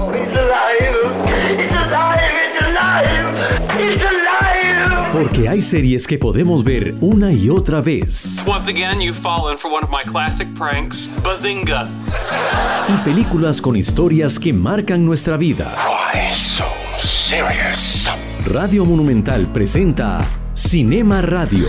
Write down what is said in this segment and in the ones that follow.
Porque hay series que podemos ver una y otra vez. Once again, you've fallen for one of my classic pranks. Bazinga. Y películas con historias que marcan nuestra vida. Why so serious? Radio Monumental presenta Cinema Radio.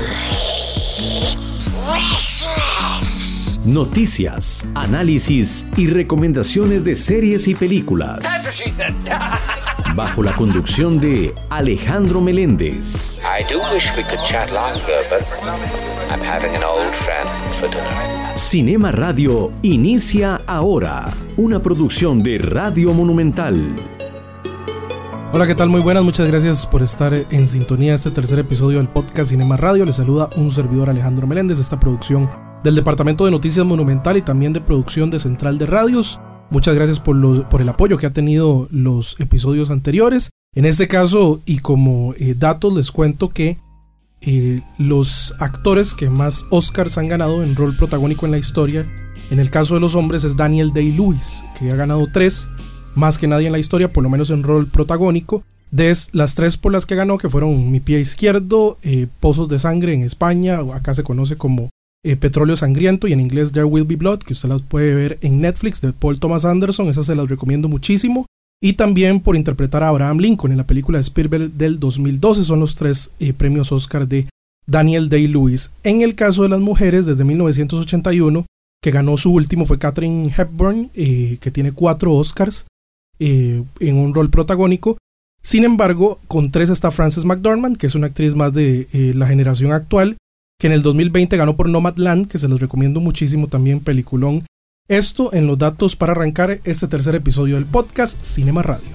Noticias, análisis y recomendaciones de series y películas. That's what she said. Bajo la conducción de Alejandro Meléndez. I do wish we could chat longer, but I'm having an old friend for dinner. Cinema Radio inicia ahora. Una producción de Radio Monumental. Hola, ¿qué tal? Muy buenas, muchas gracias por estar en sintonía de este tercer episodio del podcast Cinema Radio. Les saluda un servidor, Alejandro Meléndez, de esta producción del Departamento de Noticias Monumental y también de producción de Central de Radios. Muchas gracias por el apoyo que ha tenido los episodios anteriores. En este caso, y como datos, les cuento que los actores que más Oscars han ganado en rol protagónico en la historia, en el caso de los hombres, es Daniel Day-Lewis, que ha ganado 3, más que nadie en la historia, por lo menos en rol protagónico. De las 3 por las que ganó, que fueron Mi pie izquierdo, Pozos de sangre en España, o acá se conoce como Petróleo sangriento, y en inglés There Will Be Blood, que usted las puede ver en Netflix, de Paul Thomas Anderson. Esas se las recomiendo muchísimo. Y también por interpretar a Abraham Lincoln en la película de Spielberg del 2012. Son los 3 premios Oscar de Daniel Day-Lewis. En el caso de las mujeres, desde 1981, que ganó su último, fue Katharine Hepburn, que tiene 4 Oscars en un rol protagónico. Sin embargo, con 3 está Frances McDormand, que es una actriz más de la generación actual, que en el 2020 ganó por Nomadland, que se los recomiendo muchísimo, también peliculón. Esto en los datos para arrancar este tercer episodio del podcast Cinema Radio.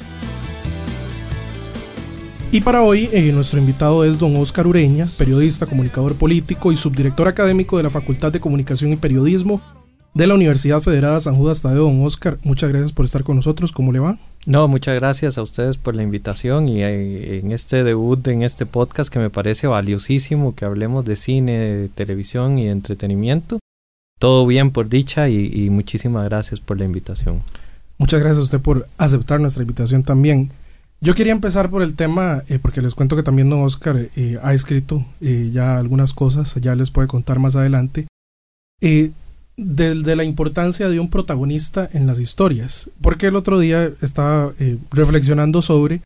Y para hoy nuestro invitado es don Óscar Ureña, periodista, comunicador político y subdirector académico de la Facultad de Comunicación y Periodismo de la Universidad Federada San Judas Tadeo. Don Óscar, muchas gracias por estar con nosotros. ¿Cómo le va? No, muchas gracias a ustedes por la invitación y en este debut, en este podcast que me parece valiosísimo, que hablemos de cine, de televisión y de entretenimiento. Todo bien por dicha y muchísimas gracias por la invitación. Muchas gracias a usted por aceptar nuestra invitación también. Yo quería empezar por el tema, porque les cuento que también don Óscar ha escrito ya algunas cosas, ya les puede contar más adelante. De la importancia de un protagonista en las historias, porque el otro día estaba reflexionando sobre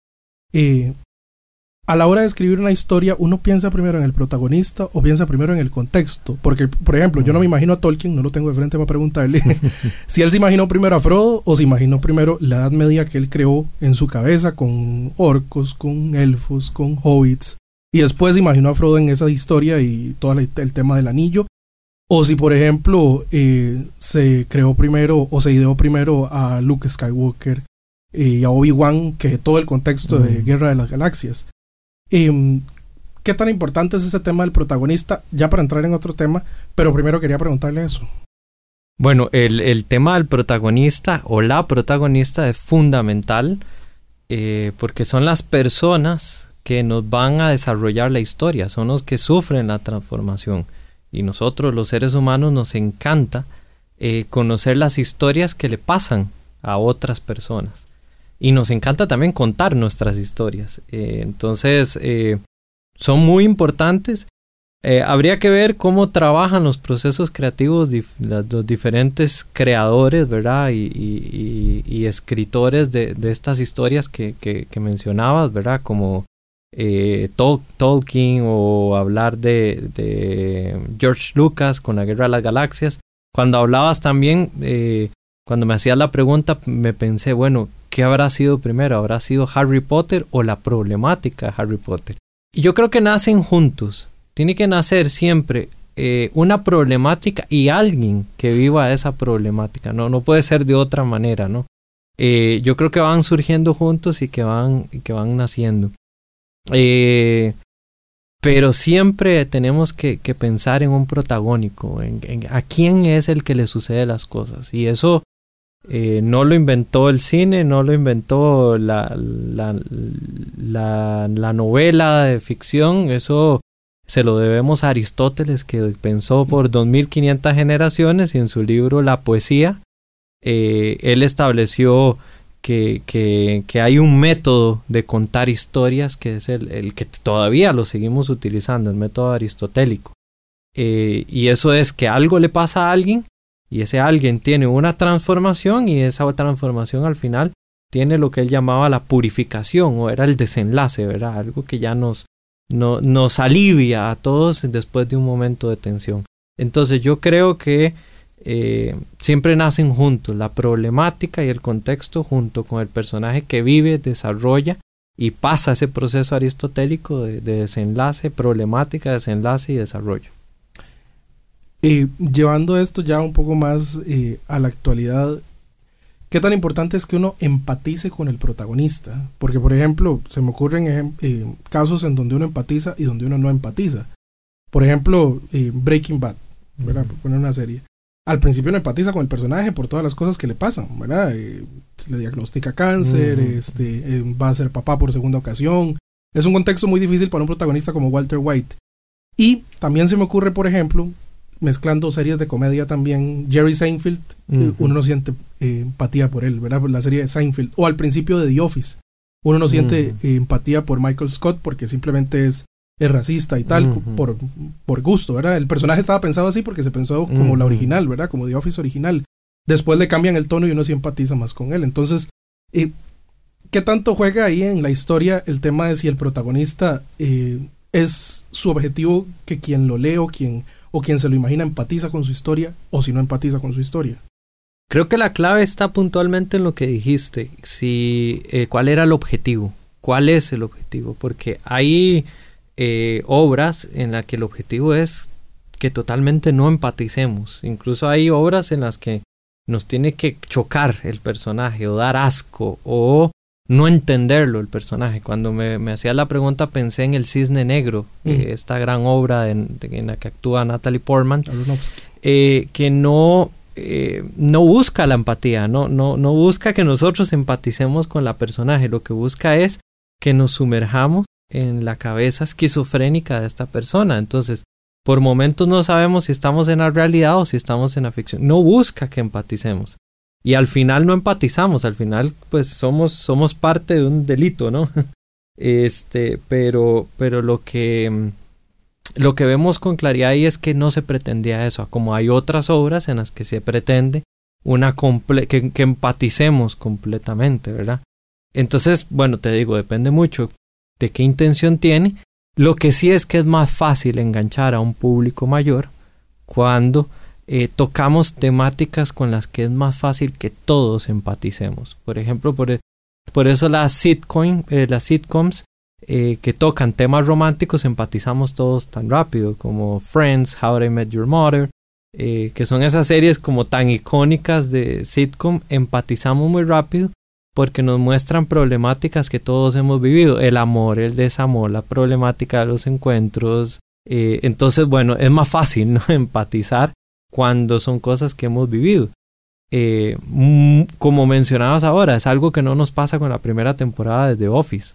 a la hora de escribir una historia, uno piensa primero en el protagonista o piensa primero en el contexto, porque por ejemplo yo no me imagino a Tolkien, no lo tengo de frente para preguntarle si él se imaginó primero a Frodo o se imaginó primero la Edad Media que él creó en su cabeza con orcos, con elfos, con hobbits, y después se imaginó a Frodo en esa historia y todo el tema del anillo. O si, por ejemplo, se creó primero o se ideó primero a Luke Skywalker y a Obi-Wan, que todo el contexto de Guerra de las Galaxias. ¿Qué tan importante es ese tema del protagonista? Ya para entrar en otro tema, pero primero quería preguntarle eso. Bueno, el tema del protagonista o la protagonista es fundamental porque son las personas que nos van a desarrollar la historia, son los que sufren la transformación. Y nosotros, los seres humanos, nos encanta conocer las historias que le pasan a otras personas. Y nos encanta también contar nuestras historias. Entonces, son muy importantes. Habría que ver cómo trabajan los procesos creativos los diferentes creadores, ¿verdad? Y escritores de estas historias que mencionabas, ¿verdad? Como Tolkien, o hablar de George Lucas con la Guerra de las Galaxias. Cuando hablabas también, cuando me hacías la pregunta, me pensé, bueno, ¿qué habrá sido primero? ¿Habrá sido Harry Potter o la problemática de Harry Potter? Y yo creo que nacen juntos. Tiene que nacer siempre una problemática y alguien que viva esa problemática. No puede ser de otra manera, ¿no? Yo creo que van surgiendo juntos y que van naciendo. Pero siempre tenemos que pensar en un protagónico, en a quién es el que le sucede las cosas. Y eso no lo inventó el cine, no lo inventó la novela de ficción. Eso se lo debemos a Aristóteles, que pensó por 2500 generaciones, y en su libro La Poesía él estableció que hay un método de contar historias que es el que todavía lo seguimos utilizando, el método aristotélico. Y eso es que algo le pasa a alguien y ese alguien tiene una transformación y esa transformación al final tiene lo que él llamaba la purificación o era el desenlace, ¿verdad? Algo que ya nos alivia a todos después de un momento de tensión. Entonces yo creo que siempre nacen juntos, la problemática y el contexto junto con el personaje que vive, desarrolla y pasa ese proceso aristotélico de desenlace, problemática, desenlace y desarrollo. Llevando esto ya un poco más a la actualidad, ¿qué tan importante es que uno empatice con el protagonista? Porque, por ejemplo, se me ocurren casos en donde uno empatiza y donde uno no empatiza. Por ejemplo, Breaking Bad, ¿verdad? Por poner una serie. Al principio uno empatiza con el personaje por todas las cosas que le pasan, ¿verdad? Le diagnostica cáncer, va a ser papá por segunda ocasión. Es un contexto muy difícil para un protagonista como Walter White. Y también se me ocurre, por ejemplo, mezclando series de comedia también, Jerry Seinfeld, uno no siente empatía por él, ¿verdad? Por la serie de Seinfeld. O al principio de The Office, uno no siente empatía por Michael Scott porque simplemente es racista y tal, por gusto, ¿verdad? El personaje estaba pensado así porque se pensó como la original, ¿verdad? Como The Office original. Después le cambian el tono y uno sí empatiza más con él. Entonces, ¿qué tanto juega ahí en la historia el tema de si el protagonista es su objetivo que quien lo lee o quien se lo imagina empatiza con su historia o si no empatiza con su historia? Creo que la clave está puntualmente en lo que dijiste, cuál era el objetivo, cuál es el objetivo, porque hay obras en las que el objetivo es que totalmente no empaticemos, incluso hay obras en las que nos tiene que chocar el personaje o dar asco o no entenderlo el personaje. Cuando me hacía la pregunta pensé en El Cisne Negro, esta gran obra en la que actúa Natalie Portman, que no busca la empatía, no busca que nosotros empaticemos con la personaje, lo que busca es que nos sumerjamos en la cabeza esquizofrénica de esta persona. Entonces, por momentos no sabemos si estamos en la realidad o si estamos en la ficción. No busca que empaticemos. Y al final no empatizamos, al final pues somos parte de un delito, ¿no? Pero lo que vemos con claridad ahí es que no se pretendía eso, como hay otras obras en las que se pretende que empaticemos completamente, ¿verdad? Entonces, bueno, te digo, depende mucho de qué intención tiene. Lo que sí es que es más fácil enganchar a un público mayor cuando tocamos temáticas con las que es más fácil que todos empaticemos. Por ejemplo, por eso las sitcoms que tocan temas románticos empatizamos todos tan rápido, como Friends, How I Met Your Mother, que son esas series como tan icónicas de sitcom. Empatizamos muy rápido porque nos muestran problemáticas que todos hemos vivido, el amor, el desamor, la problemática de los encuentros. Entonces, bueno, es más fácil, ¿no?, empatizar cuando son cosas que hemos vivido. Como mencionabas ahora, es algo que no nos pasa con la primera temporada de The Office.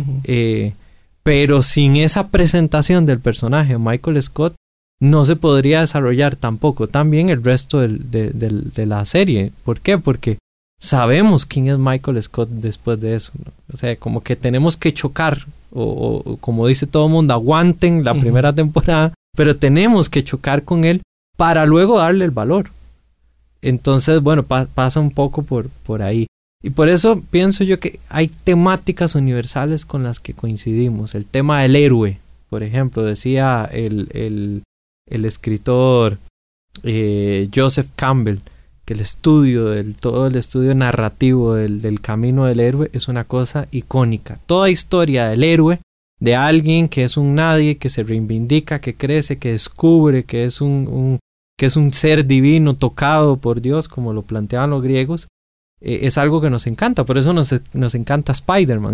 Pero sin esa presentación del personaje Michael Scott no se podría desarrollar tampoco también el resto de la serie. ¿Por qué? Porque sabemos quién es Michael Scott después de eso, ¿no? O sea, como que tenemos que chocar o como dice todo el mundo, aguanten la primera temporada, pero tenemos que chocar con él para luego darle el valor. Entonces, bueno, pasa un poco por ahí. Y por eso pienso yo que hay temáticas universales con las que coincidimos. El tema del héroe, por ejemplo, decía el escritor Joseph Campbell, que todo el estudio narrativo del camino del héroe es una cosa icónica. Toda historia del héroe, de alguien que es un nadie, que se reivindica, que crece, que descubre que es un ser divino tocado por Dios, como lo planteaban los griegos, es algo que nos encanta. Por eso nos encanta Spider-Man.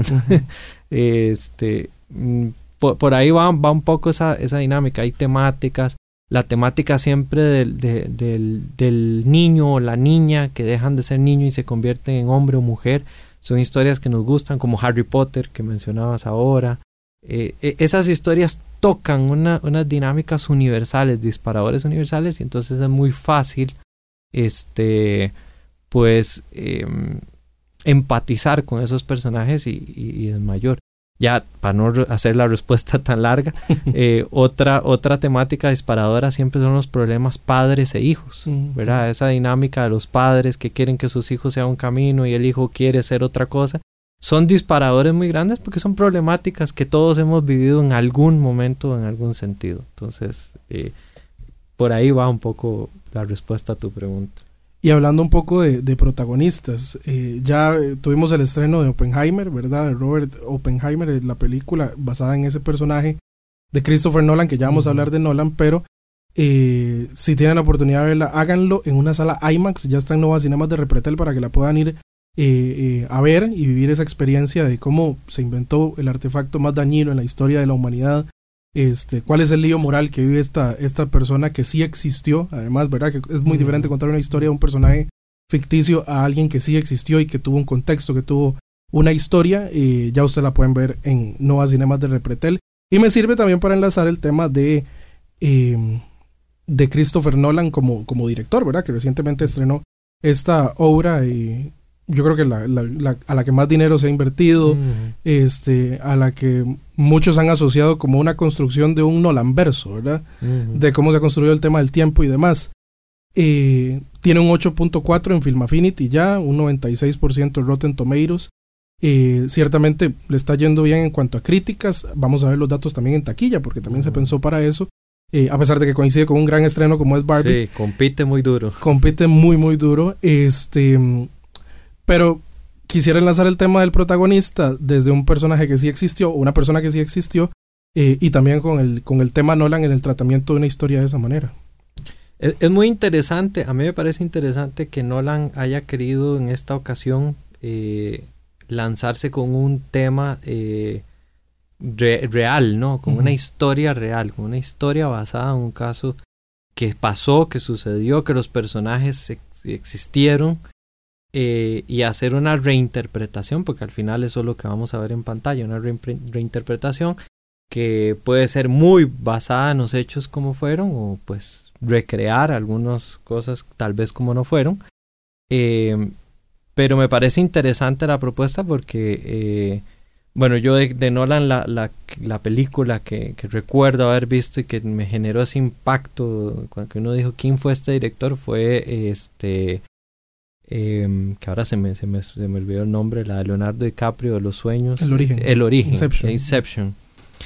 Por ahí va un poco esa dinámica. Hay temáticas, la temática siempre del niño o la niña que dejan de ser niño y se convierten en hombre o mujer. Son historias que nos gustan, como Harry Potter, que mencionabas ahora. Esas historias tocan unas dinámicas universales, disparadores universales, y entonces es muy fácil empatizar con esos personajes y es mayor. Ya, para no hacer la respuesta tan larga, otra temática disparadora siempre son los problemas padres e hijos, ¿verdad? Esa dinámica de los padres que quieren que sus hijos sean un camino y el hijo quiere ser otra cosa. Son disparadores muy grandes porque son problemáticas que todos hemos vivido en algún momento, en algún sentido. Entonces, por ahí va un poco la respuesta a tu pregunta. Y hablando un poco de protagonistas, ya tuvimos el estreno de Oppenheimer, ¿verdad? De Robert Oppenheimer, la película basada en ese personaje de Christopher Nolan, que ya vamos a hablar de Nolan, pero si tienen la oportunidad de verla, háganlo en una sala IMAX, ya está en Nova Cinemas de Repretel para que la puedan ir a ver y vivir esa experiencia de cómo se inventó el artefacto más dañino en la historia de la humanidad. Cuál es el lío moral que vive esta persona que sí existió, además, ¿verdad? Que es muy diferente contar una historia de un personaje ficticio a alguien que sí existió y que tuvo un contexto, que tuvo una historia. Ya ustedes la pueden ver en Nova Cinemas de Repretel. Y me sirve también para enlazar el tema de Christopher Nolan como director, ¿verdad? Que recientemente estrenó esta obra y yo creo que a la que más dinero se ha invertido, a la que muchos han asociado como una construcción de un Nolanverso, ¿verdad? De cómo se ha construido el tema del tiempo y demás. Tiene un 8.4 en Film Affinity ya, un 96% en Rotten Tomatoes. Ciertamente le está yendo bien en cuanto a críticas. Vamos a ver los datos también en taquilla, porque también se pensó para eso. A pesar de que coincide con un gran estreno como es Barbie. Sí, compite muy duro. Compite muy, muy duro. Pero quisiera enlazar el tema del protagonista desde un personaje que sí existió, una persona que sí existió, y también con el tema Nolan en el tratamiento de una historia de esa manera. Es muy interesante, a mí me parece interesante que Nolan haya querido en esta ocasión lanzarse con un tema real, ¿no? Con una historia real, con una historia basada en un caso que pasó, que sucedió, que los personajes existieron. Y hacer una reinterpretación, porque al final eso es lo que vamos a ver en pantalla, una reinterpretación que puede ser muy basada en los hechos como fueron, o pues recrear algunas cosas tal vez como no fueron, pero me parece interesante la propuesta porque bueno, yo de Nolan la película que recuerdo haber visto y que me generó ese impacto cuando uno dijo quién fue este director fue que ahora se me olvidó el nombre, la de Leonardo DiCaprio de los sueños, el origen Inception.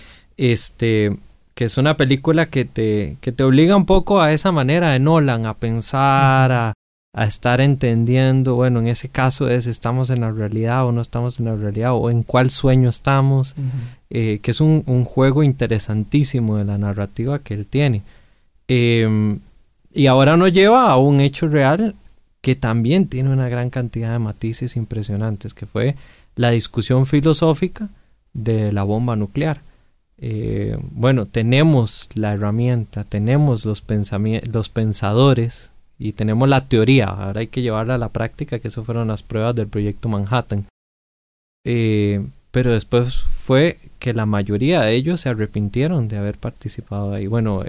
Que es una película que te obliga un poco a esa manera de Nolan, a pensar, a estar entendiendo, bueno, en ese caso estamos en la realidad o no estamos en la realidad, o en cuál sueño estamos, que es un juego interesantísimo de la narrativa que él tiene, y ahora nos lleva a un hecho real que también tiene una gran cantidad de matices impresionantes, que fue la discusión filosófica de la bomba nuclear. Bueno, tenemos la herramienta, tenemos los pensadores y tenemos la teoría, ahora hay que llevarla a la práctica, que eso fueron las pruebas del proyecto Manhattan. Pero después fue que la mayoría de ellos se arrepintieron de haber participado ahí. Bueno,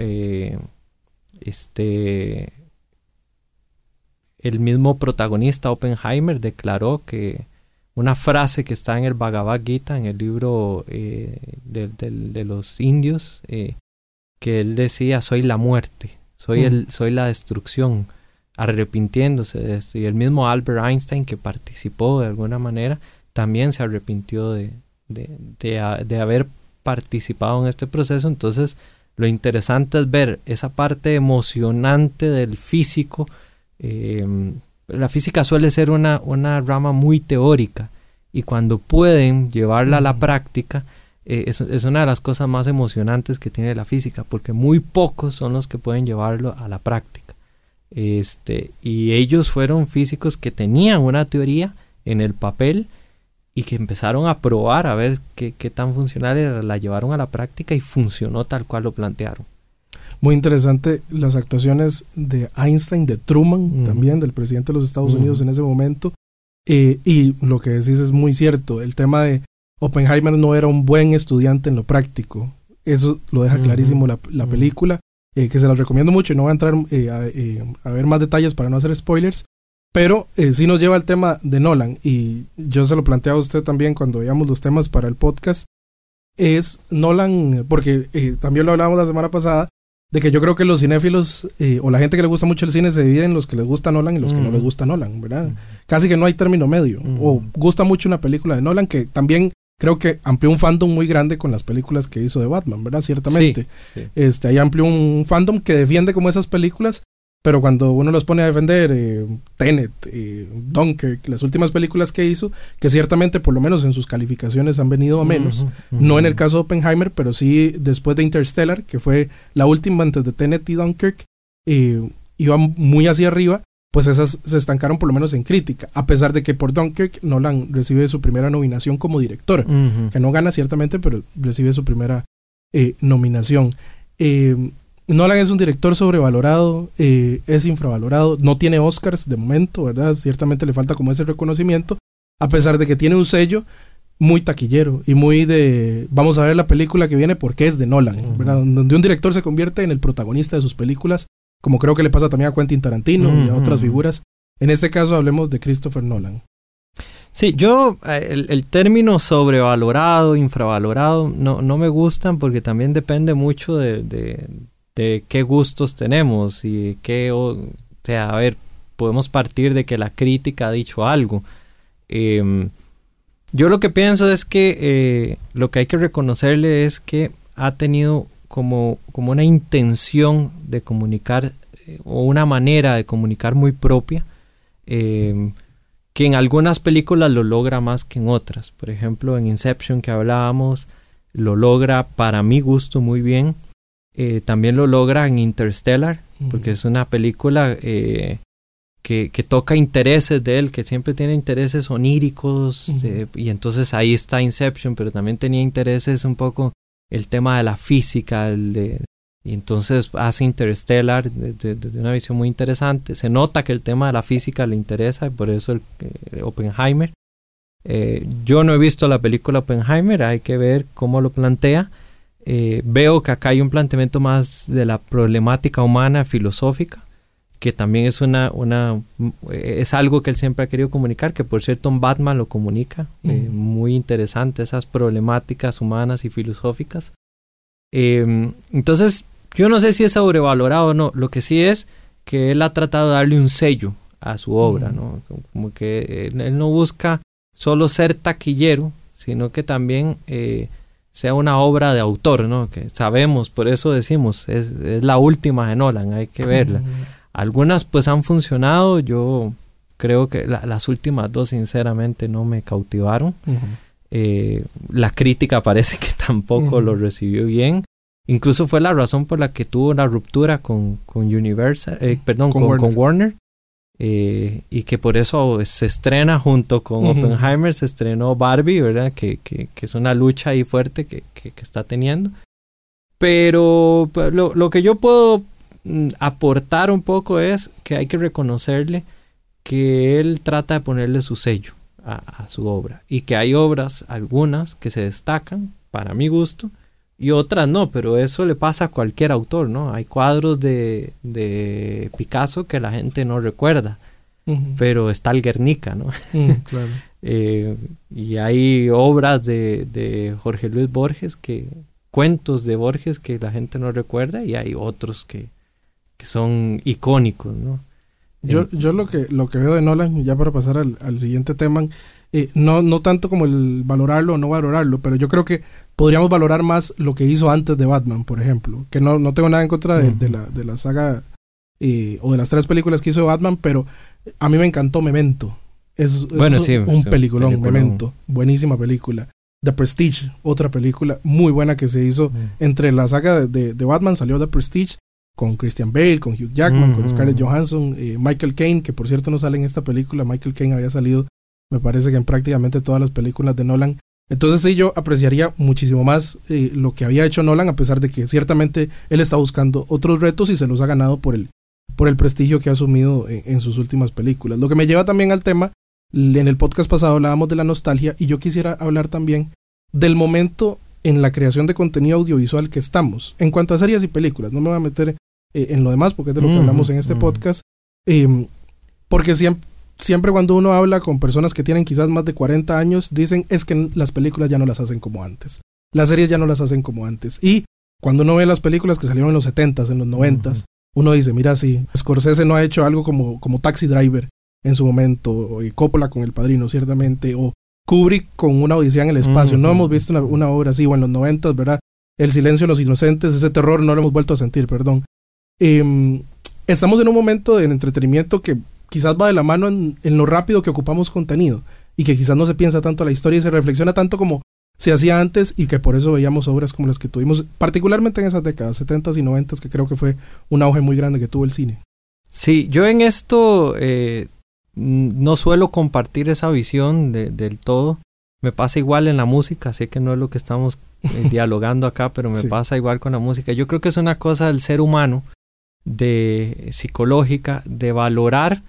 el mismo protagonista Oppenheimer declaró que una frase que está en el Bhagavad Gita, en el libro de los indios, que él decía: soy la muerte, soy la destrucción, arrepintiéndose de esto. Y el mismo Albert Einstein, que participó de alguna manera, también se arrepintió de haber participado en este proceso. Entonces lo interesante es ver esa parte emocionante del físico. La física suele ser una rama muy teórica, y cuando pueden llevarla a la práctica, es una de las cosas más emocionantes que tiene la física, porque muy pocos son los que pueden llevarlo a la práctica. Y ellos fueron físicos que tenían una teoría en el papel y que empezaron a probar a ver qué tan funcional era, la llevaron a la práctica y funcionó tal cual lo plantearon. Muy interesante las actuaciones de Einstein, de Truman, también del presidente de los Estados Unidos en ese momento. Y lo que decís es muy cierto. El tema de Oppenheimer no era un buen estudiante en lo práctico. Eso lo deja clarísimo la película, que se la recomiendo mucho. Y no voy a entrar a ver más detalles para no hacer spoilers. Pero sí nos lleva al tema de Nolan, y yo se lo planteaba a usted también cuando veíamos los temas para el podcast. Es Nolan, porque también lo hablábamos la semana pasada, de que yo creo que los cinéfilos o la gente que le gusta mucho el cine se divide en los que les gusta Nolan y los que no les gusta Nolan, ¿verdad? Casi que no hay término medio. O gusta mucho una película de Nolan, que también creo que amplió un fandom muy grande con las películas que hizo de Batman, ¿verdad? Ciertamente. Sí. Ahí amplió un fandom que defiende como esas películas, pero cuando uno los pone a defender, Tenet, Dunkirk, las últimas películas que hizo, que ciertamente por lo menos en sus calificaciones han venido a menos, no en el caso de Oppenheimer, pero sí después de Interstellar, que fue la última antes de Tenet y Dunkirk, iba muy hacia arriba, pues esas se estancaron por lo menos en crítica, a pesar de que por Dunkirk Nolan recibe su primera nominación como director, que no gana ciertamente, pero recibe su primera nominación. Nolan es un director sobrevalorado, es infravalorado, no tiene Oscars de momento, ¿verdad? Ciertamente le falta como ese reconocimiento, a pesar de que tiene un sello muy taquillero y muy de vamos a ver la película que viene porque es de Nolan, ¿verdad? Donde un director se convierte en el protagonista de sus películas, como creo que le pasa también a Quentin Tarantino y a otras figuras. En este caso hablemos de Christopher Nolan. Sí, yo el término sobrevalorado, infravalorado, no me gustan porque también depende mucho de qué gustos tenemos y qué, o sea, a ver, podemos partir de que la crítica ha dicho algo. Yo lo que pienso es que lo que hay que reconocerle es que ha tenido como una intención de comunicar o una manera de comunicar muy propia, que en algunas películas lo logra más que en otras. Por ejemplo, en Inception que hablábamos, lo logra para mi gusto muy bien. También lo logra en Interstellar, porque es una película que toca intereses de él, que siempre tiene intereses oníricos, y entonces ahí está Inception, pero también tenía intereses un poco el tema de la física, y entonces hace Interstellar desde una visión muy interesante. Se nota que el tema de la física le interesa, y por eso Oppenheimer. Yo no he visto la película Oppenheimer, hay que ver cómo lo plantea. Veo que acá hay un planteamiento más de la problemática humana filosófica, que también es es algo que él siempre ha querido comunicar, que por cierto en Batman lo comunica, muy interesante, esas problemáticas humanas y filosóficas. Entonces yo no sé si es sobrevalorado o no, lo que sí es que él ha tratado de darle un sello a su obra, ¿no? Como que él no busca solo ser taquillero, sino que también sea una obra de autor, ¿no? Que sabemos, por eso decimos, es la última de Nolan, hay que verla. Algunas pues han funcionado, yo creo que las últimas dos sinceramente no me cautivaron. La crítica parece que tampoco lo recibió bien. Incluso fue la razón por la que tuvo una ruptura con Warner. Y que por eso se estrena junto con Oppenheimer, se estrenó Barbie, ¿verdad? Que es una lucha ahí fuerte que está teniendo. Pero lo que yo puedo aportar un poco es que hay que reconocerle que él trata de ponerle su sello a su obra, y que hay obras, algunas, que se destacan, para mi gusto, y otras no, pero eso le pasa a cualquier autor, ¿no? Hay cuadros de Picasso que la gente no recuerda, pero está el Guernica, ¿no? Claro. Y hay obras de Jorge Luis Borges, cuentos de Borges que la gente no recuerda, y hay otros que son icónicos, ¿no? Yo lo que veo de Nolan, ya para pasar al siguiente tema, no tanto como el valorarlo o no valorarlo, pero yo creo que podríamos valorar más lo que hizo antes de Batman, por ejemplo, que no tengo nada en contra de la saga o de las 3 películas que hizo de Batman, pero a mí me encantó Memento. Es un peliculón, Memento, buenísima película. The Prestige, otra película muy buena que se hizo entre la saga de Batman, salió The Prestige, con Christian Bale, con Hugh Jackman, con Scarlett Johansson, Michael Caine, que por cierto no sale en esta película. Michael Caine había salido, me parece que en prácticamente todas las películas de Nolan. Entonces sí, yo apreciaría muchísimo más lo que había hecho Nolan, a pesar de que ciertamente él está buscando otros retos y se los ha ganado por el prestigio que ha asumido en sus últimas películas. Lo que me lleva también al tema, en el podcast pasado hablábamos de la nostalgia, y yo quisiera hablar también del momento en la creación de contenido audiovisual que estamos, en cuanto a series y películas. No me voy a meter en lo demás porque es de lo que hablamos en este podcast, porque siempre siempre cuando uno habla con personas que tienen quizás más de 40 años, dicen es que las películas ya no las hacen como antes. Las series ya no las hacen como antes. Y cuando uno ve las películas que salieron en los 70s, en los 90s, uno dice, mira, sí, Scorsese no ha hecho algo como Taxi Driver en su momento, y Coppola con El Padrino, ciertamente, o Kubrick con Una Odisea en el Espacio. No hemos visto una obra así, o en los 90s, ¿verdad? El Silencio de los Inocentes, ese terror no lo hemos vuelto a sentir, perdón. Estamos en un momento de entretenimiento que quizás va de la mano en lo rápido que ocupamos contenido, y que quizás no se piensa tanto la historia y se reflexiona tanto como se hacía antes, y que por eso veíamos obras como las que tuvimos, particularmente en esas décadas, 70s y 90s, que creo que fue un auge muy grande que tuvo el cine. Sí, yo en esto no suelo compartir esa visión del todo. Me pasa igual en la música, sé que no es lo que estamos dialogando acá, pero me pasa igual con la música. Yo creo que es una cosa del ser humano, psicológica, de valorar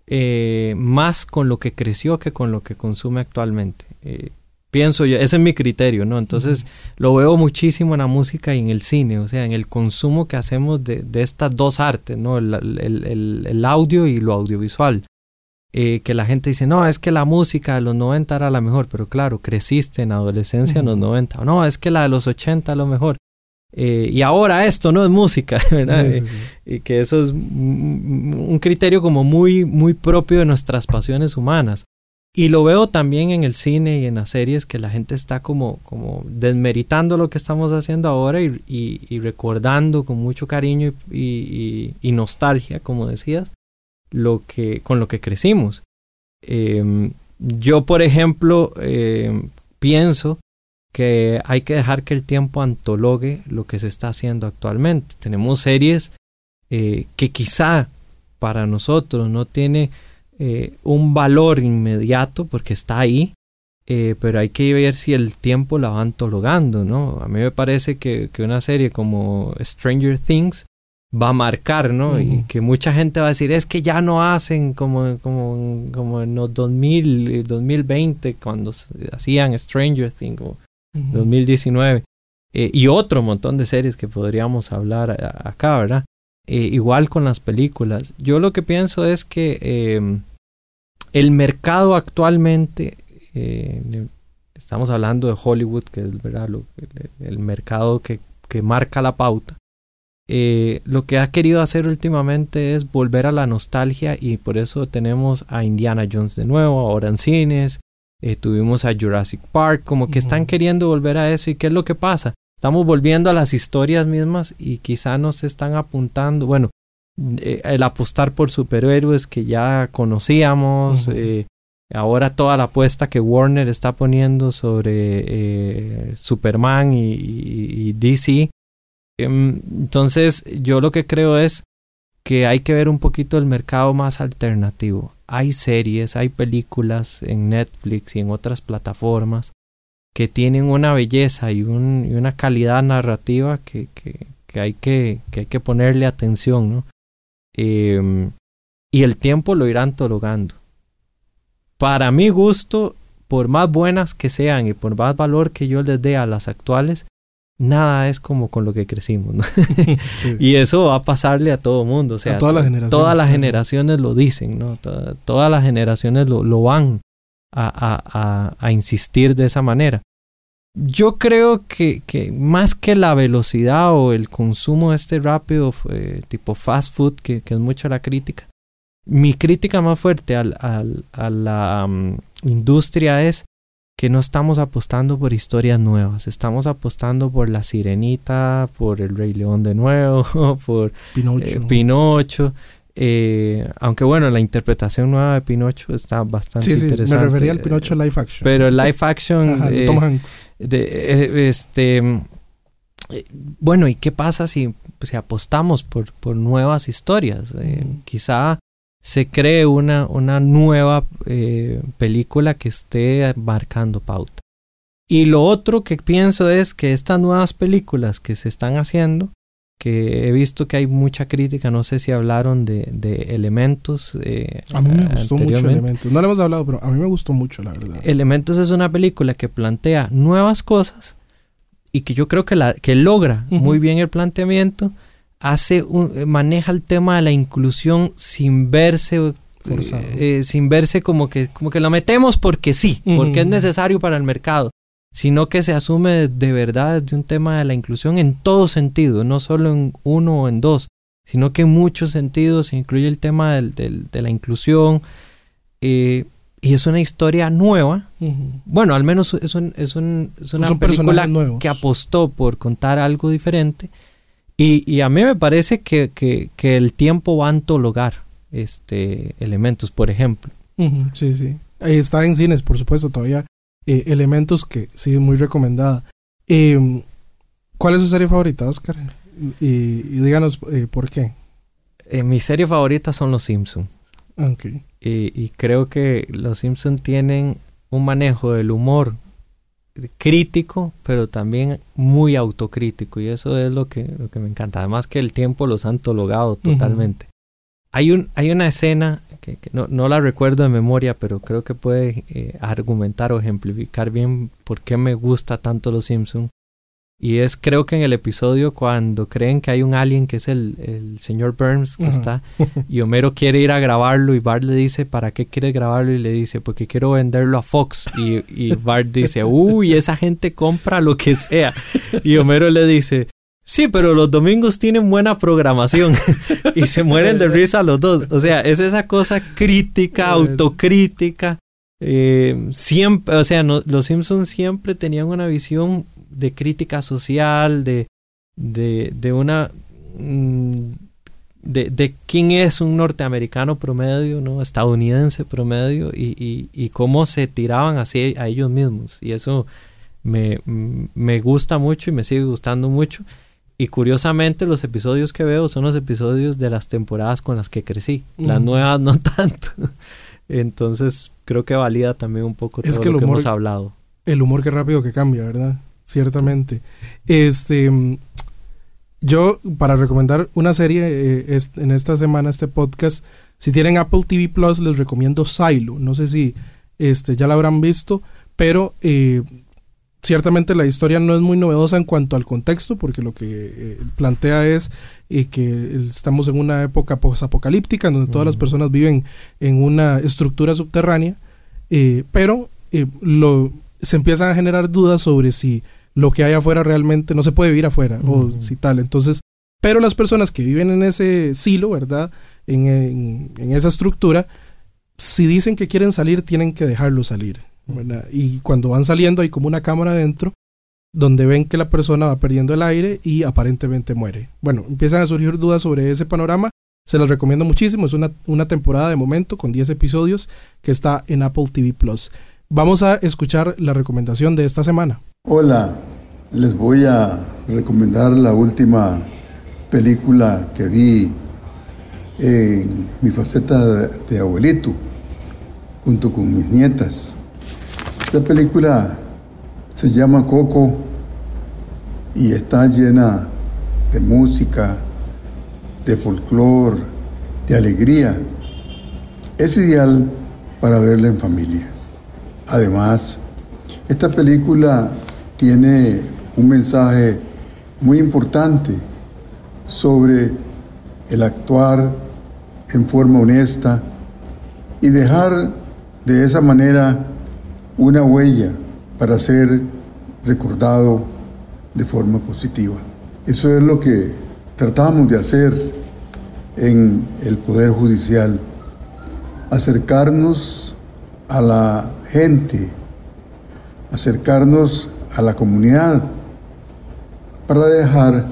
más con lo que creció que con lo que consume actualmente. Pienso yo, ese es mi criterio, ¿no? Entonces lo veo muchísimo en la música y en el cine, o sea, en el consumo que hacemos de estas dos artes, ¿no? El audio y lo audiovisual. Que la gente dice, no, es que la música de los 90 era la mejor, pero claro, creciste en adolescencia en los 90. No, es que la de los 80 es lo mejor. Y ahora esto no es música, ¿verdad? Sí. Y que eso es un criterio como muy, muy propio de nuestras pasiones humanas. Y lo veo también en el cine y en las series, que la gente está como desmeritando lo que estamos haciendo ahora y recordando con mucho cariño y nostalgia, como decías, con lo que crecimos. Yo, por ejemplo, pienso que hay que dejar que el tiempo antologue lo que se está haciendo actualmente. Tenemos series que quizá para nosotros no tiene un valor inmediato porque está ahí, pero hay que ver si el tiempo la va antologando, ¿no? A mí me parece que una serie como Stranger Things va a marcar, ¿no? Y que mucha gente va a decir, es que ya no hacen como en los 2000, 2020, cuando hacían Stranger Things, o 2019, y otro montón de series que podríamos hablar acá, ¿verdad? Igual con las películas. Yo lo que pienso es que el mercado actualmente, estamos hablando de Hollywood, que es, ¿verdad?, el mercado que marca la pauta. Lo que ha querido hacer últimamente es volver a la nostalgia, y por eso tenemos a Indiana Jones de nuevo, ahora en cines. Tuvimos a Jurassic Park, como que están queriendo volver a eso. ¿Y qué es lo que pasa? Estamos volviendo a las historias mismas y quizá nos están apuntando, bueno, el apostar por superhéroes que ya conocíamos, ahora toda la apuesta que Warner está poniendo sobre Superman y DC. Entonces yo lo que creo es que hay que ver un poquito el mercado más alternativo. Hay series, hay películas en Netflix y en otras plataformas que tienen una belleza y una calidad narrativa que hay que ponerle atención, ¿no? Y el tiempo lo irá antologando. Para mi gusto, por más buenas que sean y por más valor que yo les dé a las actuales, nada es como con lo que crecimos, ¿no? Sí. Y eso va a pasarle a todo mundo, o sea, a todas las generaciones lo dicen, ¿no? Todas las generaciones lo van a insistir de esa manera. Yo creo que más que la velocidad o el consumo rápido, tipo fast food, que es mucho la crítica, mi crítica más fuerte a la industria es que no estamos apostando por historias nuevas. Estamos apostando por La Sirenita, por El Rey León de nuevo, por Pinocho. Aunque bueno, la interpretación nueva de Pinocho está bastante interesante. Me refería al Pinocho live action. Pero el live action de Tom Hanks. Bueno, ¿y qué pasa si apostamos por nuevas historias? Quizá se cree una nueva película que esté marcando pauta. Y lo otro que pienso es que estas nuevas películas que se están haciendo, que he visto que hay mucha crítica, no sé si hablaron de Elementos. A mí me gustó mucho Elementos. No le hemos hablado, pero a mí me gustó mucho, la verdad. Elementos es una película que plantea nuevas cosas y que yo creo que logra muy bien el planteamiento. Maneja el tema de la inclusión sin verse sin verse como que lo metemos porque sí, porque es necesario para el mercado, sino que se asume de verdad de un tema de la inclusión en todo sentido, no solo en uno o en dos, sino que en muchos sentidos se incluye el tema de la inclusión, y es una historia nueva. Bueno, al menos es una película que apostó por contar algo diferente, y a mí me parece que el tiempo va a antologar elementos, por ejemplo. Sí. Ahí está en cines, por supuesto, todavía. Elementos que sí es muy recomendada. ¿Cuál es su serie favorita, Oscar? Y díganos por qué. Mi serie favorita son Los Simpsons. Okay. Y creo que Los Simpsons tienen un manejo del humor crítico, pero también muy autocrítico, y eso es lo que me encanta. Además que el tiempo los ha antologado totalmente. Hay una escena que no la recuerdo de memoria, pero creo que puede argumentar o ejemplificar bien por qué me gusta tanto Los Simpsons. Y es, creo que en el episodio cuando creen que hay un alien que es el señor Burns que está, y Homero quiere ir a grabarlo y Bart le dice, ¿para qué quieres grabarlo? Y le dice, porque quiero venderlo a Fox. Y Bart dice, uy, esa gente compra lo que sea. Y Homero le dice, sí, pero los domingos tienen buena programación. Y se mueren de risa los dos. O sea, es esa cosa crítica, autocrítica. Siempre, o sea, los Simpsons siempre tenían una visión de crítica social, de quién es un norteamericano promedio, ¿no? Estadounidense promedio, y cómo se tiraban así a ellos mismos. Y eso me gusta mucho y me sigue gustando mucho. Y curiosamente los episodios que veo son los episodios de las temporadas con las que crecí. Las nuevas no tanto. Entonces creo que valida también un poco todo lo que hemos hablado. El humor que rápido que cambia, ¿verdad? Ciertamente. Yo, para recomendar una serie en esta semana, este podcast, si tienen Apple TV Plus, les recomiendo Silo. No sé si ya la habrán visto, pero ciertamente la historia no es muy novedosa en cuanto al contexto, porque lo que plantea es que estamos en una época posapocalíptica, donde todas las personas viven en una estructura subterránea, pero se empiezan a generar dudas sobre si lo que hay afuera realmente no se puede vivir afuera, o si tal. Entonces, pero las personas que viven en ese silo, ¿verdad? En esa estructura, si dicen que quieren salir, tienen que dejarlo salir, ¿verdad? Y cuando van saliendo hay como una cámara adentro donde ven que la persona va perdiendo el aire y aparentemente muere. Bueno, empiezan a surgir dudas sobre ese panorama. Se los recomiendo muchísimo. Es una temporada de momento con 10 episodios que está en Apple TV Plus. Vamos a escuchar la recomendación de esta semana. Hola, les voy a recomendar la última película que vi en mi faceta de abuelito, junto con mis nietas. Esta película se llama Coco y está llena de música, de folclore, de alegría. Es ideal para verla en familia. Además, esta película tiene un mensaje muy importante sobre el actuar en forma honesta y dejar de esa manera una huella para ser recordado de forma positiva. Eso es lo que tratamos de hacer en el Poder Judicial, acercarnos a la gente, acercarnos a la comunidad para dejar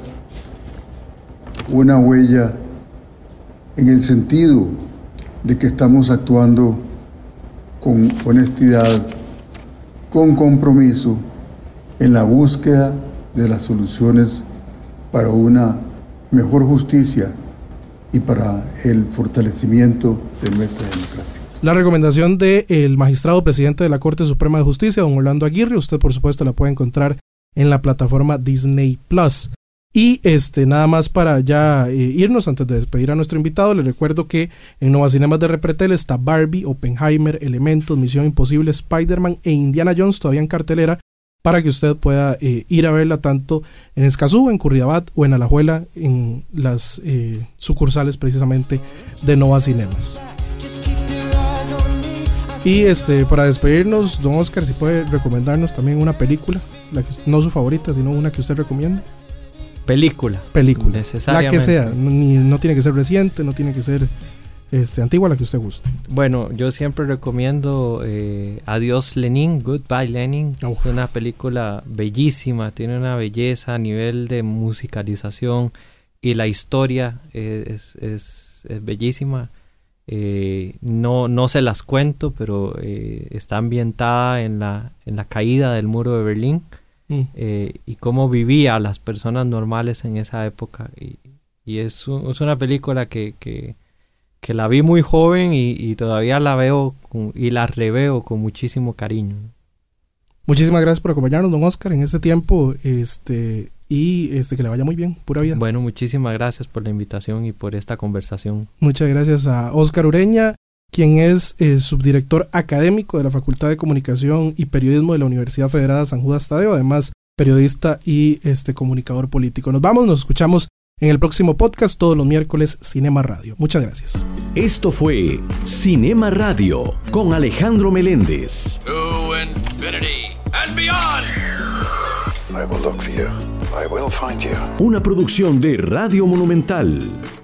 una huella en el sentido de que estamos actuando con honestidad, con compromiso en la búsqueda de las soluciones para una mejor justicia y para el fortalecimiento de nuestra democracia. La recomendación del magistrado presidente de la Corte Suprema de Justicia, don Orlando Aguirre, usted por supuesto la puede encontrar en la plataforma Disney Plus. Y nada más para ya irnos, antes de despedir a nuestro invitado, les recuerdo que en Nova Cinemas de Repretel está Barbie, Oppenheimer, Elementos, Misión Imposible, Spider-Man e Indiana Jones todavía en cartelera, para que usted pueda ir a verla tanto en Escazú, en Curridabat o en Alajuela, en las sucursales precisamente de Nova Cinemas. Y para despedirnos, don Oscar, si puede recomendarnos también una película, no su favorita, sino una que usted recomiende. Película. La que sea, no tiene que ser reciente, no tiene que ser antigua, la que usted guste. Bueno, yo siempre recomiendo Adiós Lenin, Goodbye Lenin. Es una película bellísima, tiene una belleza a nivel de musicalización y la historia es bellísima. No se las cuento, pero está ambientada en la caída del muro de Berlín y cómo vivía las personas normales en esa época, y es una película que la vi muy joven y todavía la veo y la reveo con muchísimo cariño. Muchísimas gracias por acompañarnos, don Oscar, en este tiempo, y que le vaya muy bien, pura vida. Bueno, muchísimas gracias por la invitación y por esta conversación. Muchas gracias a Oscar Ureña, quien es subdirector académico de la Facultad de Comunicación y Periodismo de la Universidad Federada San Judas Tadeo, además periodista y comunicador político. Nos escuchamos en el próximo podcast todos los miércoles, Cinema Radio. Muchas gracias. Esto fue Cinema Radio con Alejandro Meléndez. To infinity and beyond. I will look for you. I will find you. Una producción de Radio Monumental.